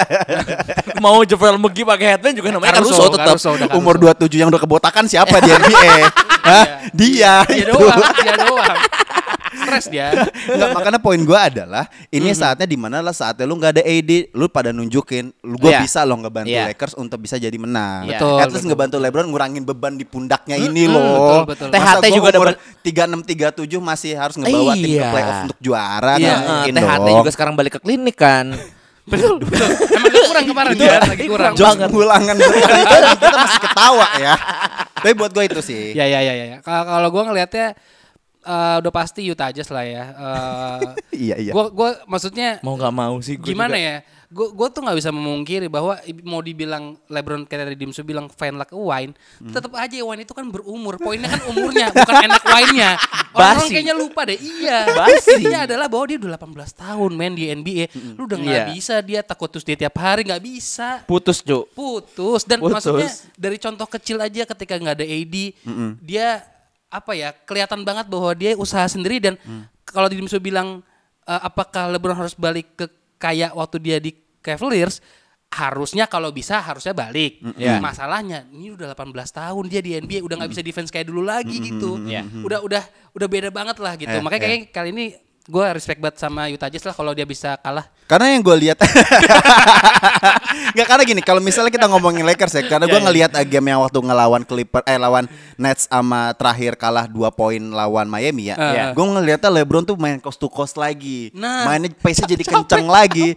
A: Mau JaVale McGee pakai headband juga namanya Caruso tetap.
B: Umur 27 yang udah kebotakan siapa di NBA? Dia
C: doang. Stres dia.
B: Enggak, makanya poin gue adalah ini saatnya dimana lah saatnya lu nggak ada AD, lu pada nunjukin gue bisa lo ngebantu Lakers untuk bisa jadi menang. At least ngebantu LeBron ngurangin beban di pundaknya ini loh.
C: Betul.
A: THT juga dapat
B: 36 37 masih harus ngebawa tim ke playoff untuk juara.
A: THT juga sekarang balik ke klinik kan.
C: Betul. Emang kurang kemarin ya, lagi kurang.
B: Ulangan kita masih ketawa ya. Tapi buat gue itu sih.
C: Ya. Kalau gue ngelihatnya udah pasti Utah Jazz lah ya.
B: Iya.
C: Gue maksudnya
A: mau nggak mau sih.
C: Gimana ya? Gue tuh nggak bisa memungkiri bahwa mau dibilang LeBron kayak tadi Dimsu bilang fine like a wine, tetap aja wine itu kan berumur. Poinnya kan umurnya, bukan enak wine-nya. Orang kayaknya lupa deh. Iya. Basinya adalah bahwa dia udah 18 tahun main di NBA. Lu udah nggak bisa dia takut terus dia tiap hari nggak bisa.
A: Putus.
C: Dan maksudnya dari contoh kecil aja ketika nggak ada AD, dia kelihatan banget bahwa dia usaha sendiri dan kalau Dimsu bilang apakah LeBron harus balik ke kayak waktu dia di Cavaliers, harusnya kalau bisa harusnya balik. Masalahnya ini udah 18 tahun dia di NBA udah nggak bisa defense kayak dulu lagi gitu. Udah beda banget lah gitu. Makanya kayaknya kali ini gue respect banget sama Utah Jazz lah kalau dia bisa kalah.
B: Karena yang gue lihat nggak, karena gini, kalau misalnya kita ngomongin Lakers ya, karena gue ngelihat game yang waktu ngelawan lawan Nets sama terakhir kalah 2 poin lawan Miami gue ngelihatnya LeBron tuh main coast to coast lagi, mainnya pace-nya jadi kenceng lagi,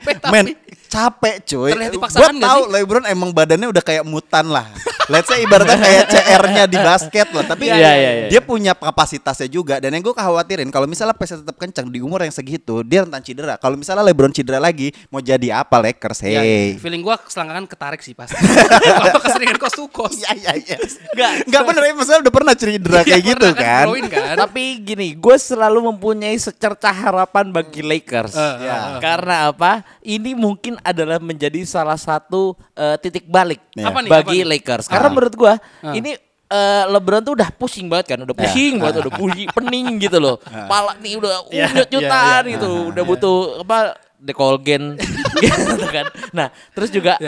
B: capek cuy. Gue tahu LeBron emang badannya udah kayak mutan lah. Let's say ibaratnya kayak CR-nya di basket loh, tapi dia punya kapasitasnya juga. Dan yang gue khawatirin kalau misalnya pace tetap kencang di umur yang segitu, dia rentan cedera. Kalau misalnya LeBron cedera lagi, mau jadi apa Lakers?
C: Feeling gue selangkangan ketarik sih pasti. Kalau keseringan coast to coast.
B: Iya. Enggak bener ya, maksudnya udah pernah cedera kayak gitu kan.
A: Tapi gini, gue selalu mempunyai secercah harapan bagi Lakers. Karena apa? Ini mungkin adalah menjadi salah satu titik balik bagi Lakers. Karena menurut gue ini LeBron tuh udah pusing banget kan, udah pusing pening gitu loh. Pala nih udah jutaan gitu, udah butuh dekolgen gitu kan. Nah, terus juga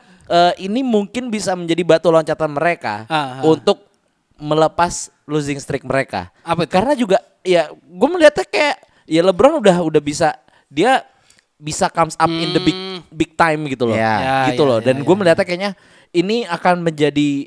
A: ini mungkin bisa menjadi batu loncatan mereka untuk melepas losing streak mereka. Karena juga ya gue melihatnya kayak ya LeBron udah bisa, dia bisa comes up in the big time gitu loh. Dan gue melihatnya kayaknya ini akan menjadi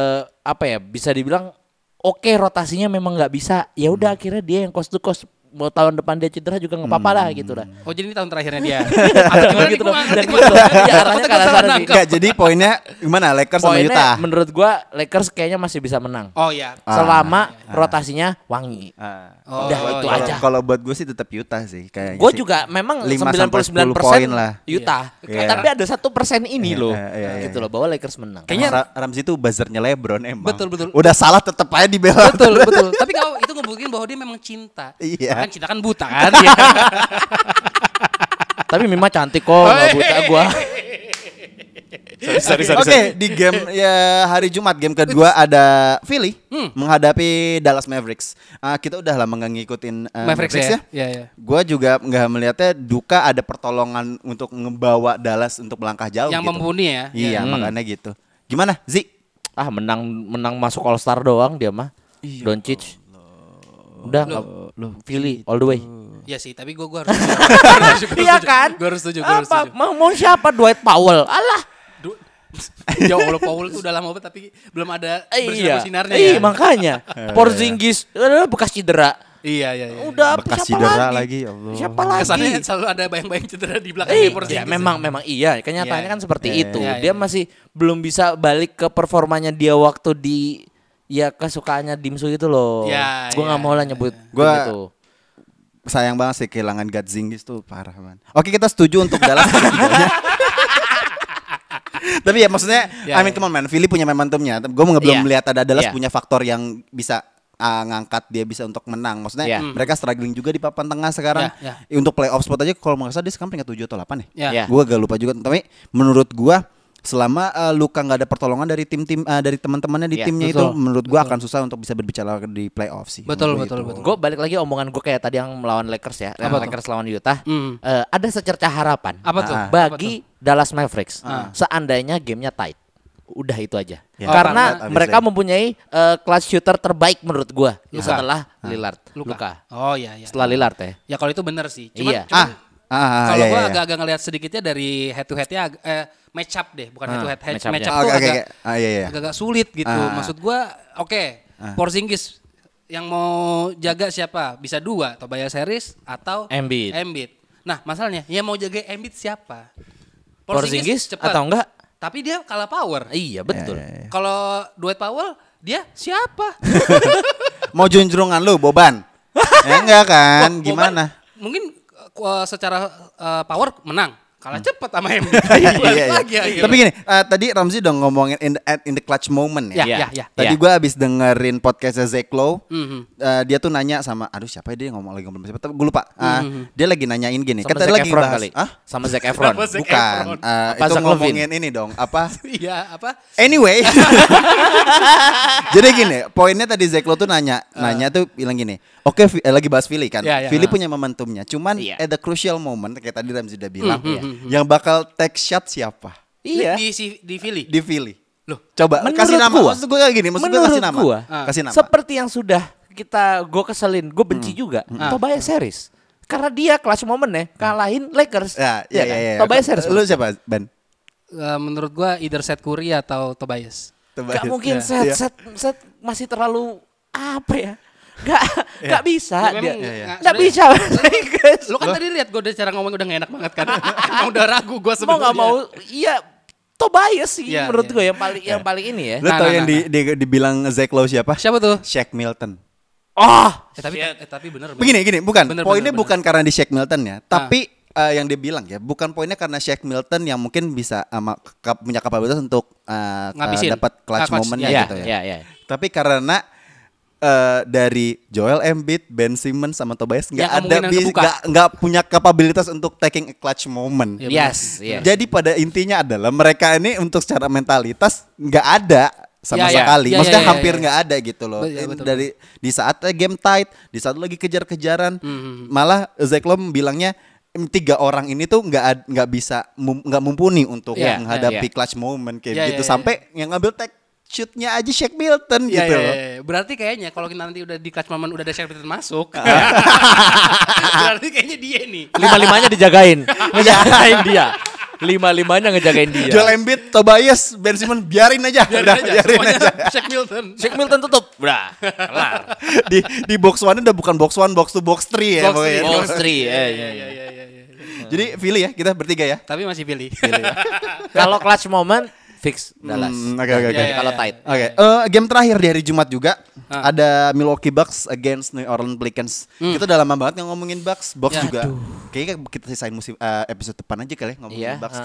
A: bisa dibilang oke, rotasinya memang nggak bisa. Ya udah akhirnya dia yang coast to coast. Mau tahun depan dia cedera juga nggak apa-apa lah gitu lah.
C: Oh, jadi ini tahun terakhirnya dia.
A: Gitu loh. Ya arahnya ke sana sih.
B: Enggak, jadi poinnya gimana Lakers sama Utah?
A: Menurut gua Lakers kayaknya masih bisa menang.
C: Oh iya.
A: Selama rotasinya wangi. Udah itu aja.
B: Kalau buat gue sih tetap Utah sih kayaknya.
A: Gue juga memang 99%
B: lah.
A: Utah. Tapi ada 1% ini loh. Gitu loh, bahwa Lakers menang.
B: Kayaknya Ramzi itu buzzernya LeBron emang.
C: Betul.
B: Udah salah tetap aja dibela.
C: Betul. Tapi kalau itu ngebuktiin bahwa dia memang cinta.
B: Iya.
C: Kan cinta kan buta kan.
A: Tapi Mima cantik kok, nggak buta gua.
B: Sorry. Oke, di game ya hari Jumat game kedua ada Philly menghadapi Dallas Mavericks. Kita udah lama nggak ngikutin Mavericks ya.
C: Iya.
B: Gue juga nggak melihatnya Duka ada pertolongan untuk ngebawa Dallas untuk melangkah jauh.
C: Yang
B: gitu.
C: mumpuni ya.
B: Iya, makanya gitu. Gimana, Zi?
A: Menang masuk All Star doang dia mah. Doncic. Udah Philly all the way.
C: Iya sih, tapi gue harus
A: Iya kan?
C: Gue harus setuju.
A: Mau siapa Dwight Powell? Alah.
C: Ya Allah, Paul itu udah lama banget tapi belum ada bersinar-bersinarnya
A: Iya, makanya. Porzingis bekas cedera.
C: Iya.
A: Udah
B: bekas
A: siapa
B: cedera
A: lagi?
B: ya Allah.
A: Siapa lagi?
C: Kesannya selalu ada bayang-bayang cedera di belakangnya Porzingis.
A: Ya memang iya, kenyataannya kan seperti itu.
C: Iya.
A: Dia masih belum bisa balik ke performanya dia waktu di kesukaannya Dimsu itu loh. Gue nggak mau lah nyebut gitu.
B: Sayang banget sih kehilangan Gadzingis tuh parah man. Oke, kita setuju untuk Dallas. Tapi ya maksudnya come on man, Philly punya momentumnya. Gue belum melihat ada Dallas punya faktor yang bisa ngangkat dia bisa untuk menang. Maksudnya mereka struggling juga di papan tengah sekarang. Untuk playoff spot aja kalau nggak salah dia sekarang peringkat 7 atau 8 ya. Gue agak lupa juga. Tapi menurut gue selama Luka nggak ada pertolongan dari tim-tim dari teman-temannya di timnya itu, menurut gue akan susah untuk bisa berbicara di playoff sih.
C: Betul.
A: Gue balik lagi omongan gue kayak tadi yang melawan Lakers ya. Lakers lawan Utah. Ada secerca harapan.
C: Apa tuh?
A: Bagi Dallas Mavericks. Seandainya gamenya tight. Udah itu aja. Karena
B: banget,
A: mereka mempunyai clutch shooter terbaik menurut gue setelah Luka.
C: Oh iya.
A: Setelah Lillard ya.
C: Ya kalau itu benar sih. Cuman
B: kalau
C: gue agak-agak ngelihat sedikitnya dari head to headnya match up deh, bukan head to head. Match up tuh agak sulit gitu. Maksud gue Porzingis yang mau jaga siapa? Bisa dua, Tobias Harris atau Embiid. Nah masalahnya yang mau jaga Embiid siapa?
A: Porzingis atau enggak?
C: Tapi dia kalah power.
A: Iya betul.
C: Kalau Dwight Powell dia siapa?
B: Mau junjungan lu Boban? Ya enggak kan? Gimana?
C: Mungkin secara power menang. Kalah cepet sama MD.
B: Tapi gini, tadi Ramzi udah ngomongin in the clutch moment ya.
C: Iya.
B: Tadi gue abis dengerin podcastnya Zach Lowe, dia tuh nanya sama, aduh siapa ya dia ngomong sama siapa? Tapi gue lupa. Dia lagi nanyain gini.
A: Sama
B: Kan tadi
A: Zac
B: lagi
A: Efron
B: bahas,
A: kali. Sama Zac Efron.
B: Bukan. Itu
A: Zach
B: ngomongin ini dong. Apa?
C: Iya apa?
B: Anyway. Jadi gini, poinnya tadi Zach Lowe tuh nanya tuh bilang gini. Oke, lagi bahas Philly kan. Philly punya momentumnya. Cuman at the crucial moment kayak tadi Ramzi udah bilang, yang bakal take shot siapa?
C: Iya. Di Philly.
B: Di Philly.
C: Loh,
B: coba kasih nama. Maksud gue kayak gini, maksud gue kasih nama.
A: Kasih nama. Seperti yang sudah gue keselin, gue benci juga. Tobias Harris. Karena dia clutch moment ya, kalahin Lakers.
B: Iya.
A: Tobias Harris.
B: Lu siapa, Ben?
C: Menurut gue either Seth Curry atau Tobias.
A: Gak mungkin Seth masih terlalu apa ya? Gak bisa dia. Gak bisa.
C: Lu kan tadi lihat gue udah cara ngomong udah gak enak banget kan. Emang udah ragu gue sebenarnya.
A: Mau gak mau iya Tobias sih menurut gue yang paling ini ya.
B: Lu tau yang dibilang Zach Lowe siapa?
C: Siapa tuh?
B: Shaq Milton.
C: Tapi bener.
B: Begini, bukan. Poinnya bukan karena di Shaq Milton ya, tapi yang dia bilang ya, bukan poinnya karena Shaq Milton yang mungkin bisa punya kapabilitas untuk dapat clutch moment gitu ya. Tapi karena dari Joel Embiid, Ben Simmons sama Tobias nggak punya kapabilitas untuk taking a clutch moment.
A: Yes.
B: Jadi pada intinya adalah mereka ini untuk secara mentalitas nggak ada sama sekali. Maksudnya hampir nggak ada gitu loh.
C: Betul.
B: Dari di saat game tight, di saat lagi kejar-kejaran, malah Zach Lowe bilangnya 3 orang ini tuh nggak bisa nggak mumpuni untuk menghadapi clutch moment kayak gitu. Sampai yang ngambil shootnya aja Shaq Milton gitu loh.
C: Berarti kayaknya kalau kita nanti udah di clutch moment udah ada Shaq Milton masuk. Berarti kayaknya dia nih.
A: 5-5-nya dijagain. Ngejagain dia. 5-5-nya ngejagain dia.
B: Joel Embiid, Tobias, Ben Simmons biarin aja. Biarin aja.
C: Shaq
A: Milton tutup. Udah, kelar.
B: Di box 1 udah bukan box 1, box 2, box 3 ya.
A: Box 3.
B: Jadi Philly ya, kita bertiga ya.
C: Tapi masih Philly.
A: Kalau clutch moment fix Dallas.
B: Oke.
A: Kalau tight.
B: Oke. Game terakhir di hari Jumat juga ada Milwaukee Bucks against New Orleans Pelicans. Kita udah lama banget ngomongin Bucks. Bucks juga. Kayaknya kita sisain episode depan aja kali ya ngomongin Bucks.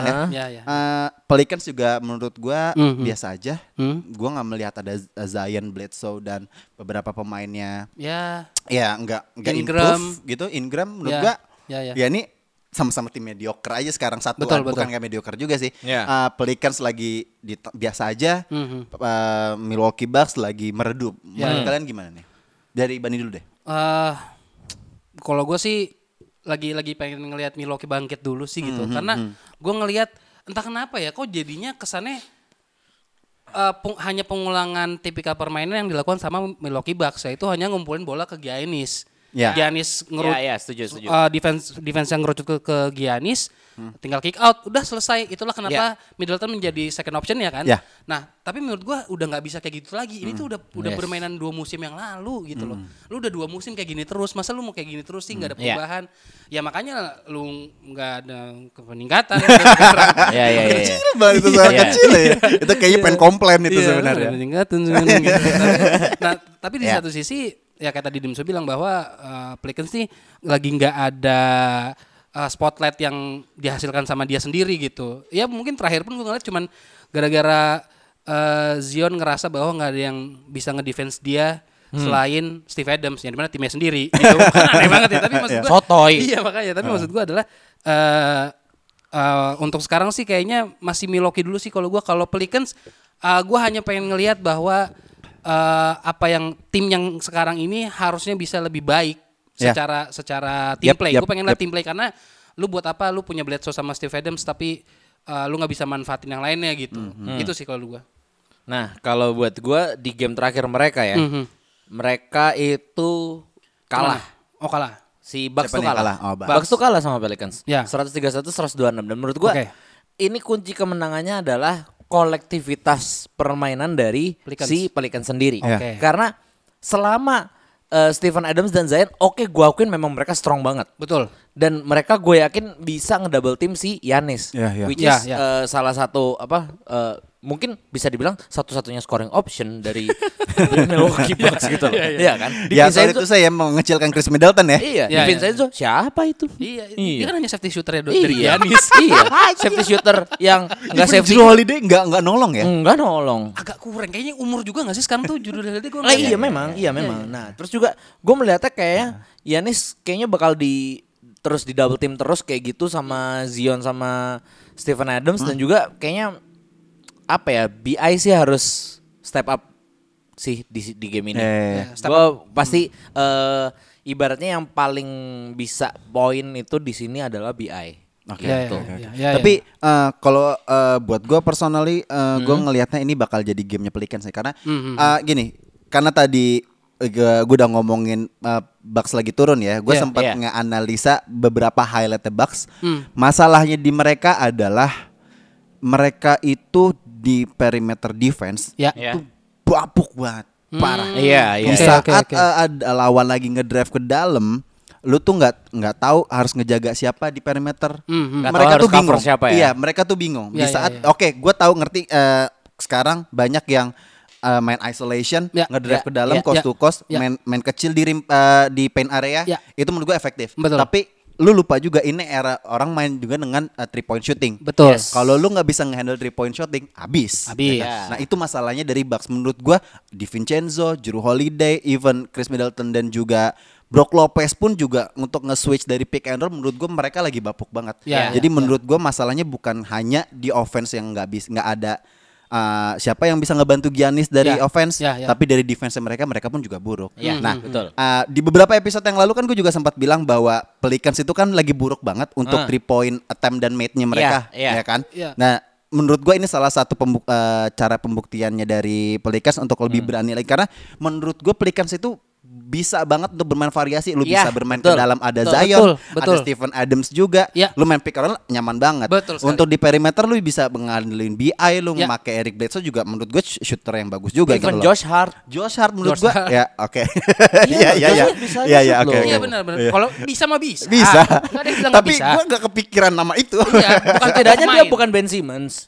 B: Pelicans juga menurut gua biasa aja. Gua nggak melihat ada Zion, Bledsoe dan beberapa pemainnya. Ya nggak improve gitu. Ingram menurut gua. Ya ini sama-sama tim mediocre aja sekarang satu,
C: Betul.
B: bukan kayak mediocre juga sih.
A: Yeah.
B: Pelicans lagi biasa aja, Milwaukee Bucks lagi meredup. Menurut kalian gimana nih? Dari Bani dulu deh.
C: Kalau gue sih lagi pengen ngelihat Milwaukee bangkit dulu sih gitu, karena gue ngelihat entah kenapa ya, kok jadinya kesannya hanya pengulangan tipikal permainan yang dilakukan sama Milwaukee Bucks, yaitu hanya ngumpulin bola ke Giannis. Giannis
A: setuju.
C: Defense yang ngerucut ke Giannis, tinggal kick out, udah selesai. Itulah kenapa Middleton menjadi second option ya kan. Nah, tapi menurut gua udah nggak bisa kayak gitu lagi. Ini tuh udah permainan 2 musim yang lalu gitu loh. Lu udah 2 musim kayak gini terus, masa lu mau kayak gini terus sih, nggak ada perubahan. Ya makanya lu nggak ada peningkatan.
B: Kecil banget itu soal kecil ya. Itu kayaknya pengen komplain itu sebenarnya.
C: Nah, tapi di satu sisi ya kayak tadi Dimso bilang bahwa Pelicans nih lagi nggak ada spotlight yang dihasilkan sama dia sendiri gitu. Ya mungkin terakhir pun gue ngeliat cuman gara-gara Zion ngerasa bahwa nggak ada yang bisa ngedefense dia selain Steve Adams, yang dimana timnya sendiri gitu. Aneh banget ya, tapi maksud gue
A: sotoy.
C: Iya makanya, tapi maksud gue adalah untuk sekarang sih kayaknya masih Milwaukee dulu sih kalau gue. Kalau Pelicans gue hanya pengen ngelihat bahwa apa yang tim yang sekarang ini harusnya bisa lebih baik secara team play. Gue pengen lihat team play, karena lu buat apa lu punya Bledsoe sama Steve Adams tapi lu nggak bisa manfaatin yang lainnya gitu. Itu sih kalau gue.
A: Nah, kalau buat gue di game terakhir mereka ya, mereka itu kalah.
C: Oh kalah.
A: Si Bucks tuh
B: Siapa nih
A: kalah.
B: kalah? Oh,
A: Bucks tuh kalah sama Pelicans.
C: Ya.
A: 131-126, dan menurut gue ini kunci kemenangannya adalah kolektivitas permainan dari Pelicans sendiri. Karena selama Steven Adams dan Zion, gue akuin memang mereka strong banget.
C: Betul.
A: Dan mereka gue yakin bisa ngedouble team si Giannis, which is salah satu mungkin bisa dibilang satu-satunya scoring option dari Milwaukee Bucks gitu loh. Iya kan?
B: Soal itu saya mau mengecilkan Chris Middleton ya.
A: Iya, di Vincenzo siapa itu?
C: Dia kan hanya safety shooter dari Giannis.
A: Safety shooter yang enggak safety.
B: Jrue Holiday enggak nolong ya?
A: Enggak nolong.
C: Agak kurang, kayaknya umur juga enggak sih sekarang tuh Jrue Holiday gue.
A: Iya memang. Nah, terus juga gue melihatnya kayaknya Giannis kayaknya bakal terus di double team terus kayak gitu sama Zion sama Steven Adams, dan juga kayaknya BI sih harus step up sih di game ini. Gue pasti ibaratnya yang paling bisa poin itu di sini adalah BI.
B: Tapi kalau buat gue personally, gue ngelihatnya ini bakal jadi gamenya Pelicans sih, karena gini, karena tadi gue udah ngomongin Bucks lagi turun ya, gue sempat ngeanalisa beberapa highlight Bucks. Masalahnya di mereka adalah mereka itu di perimeter defense itu bapuk banget, parah. Di saat ada lawan lagi ngedrive ke dalam, lu tuh nggak tahu harus ngejaga siapa di perimeter. Mereka tuh bingung. Siapa ya? Iya, mereka tuh bingung. Di saat gue tahu ngerti sekarang banyak yang main isolation, ngedrive ke dalam coast to coast, main kecil di paint area, itu menurut gue efektif. Tapi lu lupa juga ini era orang main juga dengan 3-point shooting.
C: Betul.
B: Kalau lu nggak bisa ngehandle 3-point shooting, habis. Nah itu masalahnya dari Bucks menurut gua. DiVincenzo, Jrue Holiday, even Chris Middleton dan juga Brook Lopez pun juga untuk nge-switch dari pick and roll, menurut gua mereka lagi bapuk banget. Jadi menurut gua masalahnya bukan hanya di offense yang nggak ada siapa yang bisa ngebantu Giannis dari offense, tapi dari defense mereka pun juga buruk. Nah, di beberapa episode yang lalu kan gue juga sempat bilang bahwa Pelicans itu kan lagi buruk banget untuk 3-point attempt dan made-nya mereka, ya kan? Nah, menurut gue ini salah satu cara pembuktiannya dari Pelicans untuk lebih berani lagi, karena menurut gue Pelicans itu bisa banget untuk bermain variasi. Lu bisa bermain ke dalam, ada Zion, ada Steven Adams juga. Lu main pick and roll nyaman banget. Untuk di perimeter lu bisa mengandelin BI, lu memakai Eric Bledsoe juga menurut gue shooter yang bagus juga gitu loh.
A: Josh Hart
B: menurut gue ya oke.
C: Iya oke. Iya benar. Kalau bisa mah bisa.
B: Bisa. Tapi gue gak kepikiran nama itu.
A: Bukan bedanya dia bukan Ben Simmons.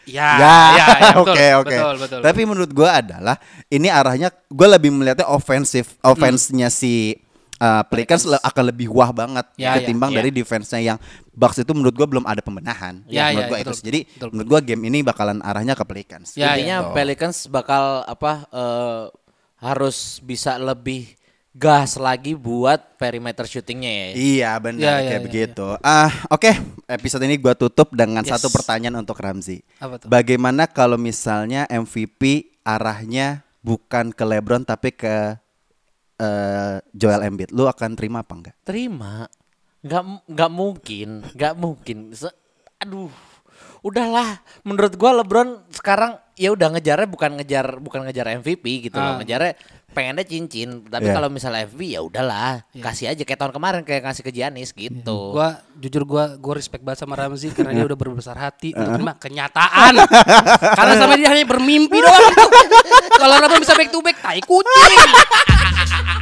B: Oke. Tapi menurut gue adalah ini arahnya, gue lebih melihatnya offense-nya si Pelicans akan lebih wah banget ketimbang dari defense-nya yang Bucks itu menurut gue belum ada pembenahan. Menurut gue itu. Jadi menurut gue game ini bakalan arahnya ke Pelicans.
A: Intinya Pelicans bakal harus bisa lebih gas lagi buat perimeter shootingnya ya.
B: Iya benar kayak begitu. Oke, episode ini gua tutup dengan satu pertanyaan untuk Ramzi.
C: Apa tuh?
B: Bagaimana kalau misalnya MVP arahnya bukan ke LeBron tapi ke Joel Embiid? Lu akan terima apa enggak?
A: Terima. Nggak mungkin. Aduh. Udahlah, menurut gua LeBron sekarang ya udah ngejarnya bukan ngejar MVP gitu loh, ngejarnya pengennya cincin. Tapi kalau misalnya MVP ya udahlah, kasih aja kayak tahun kemarin kayak ngasih ke Giannis gitu.
C: Gua respect banget sama Ramzi karena dia udah berbesar hati untuk terima kenyataan. Karena sama dia hanya bermimpi doang. Kalau LeBron bisa back to back, tai kucing.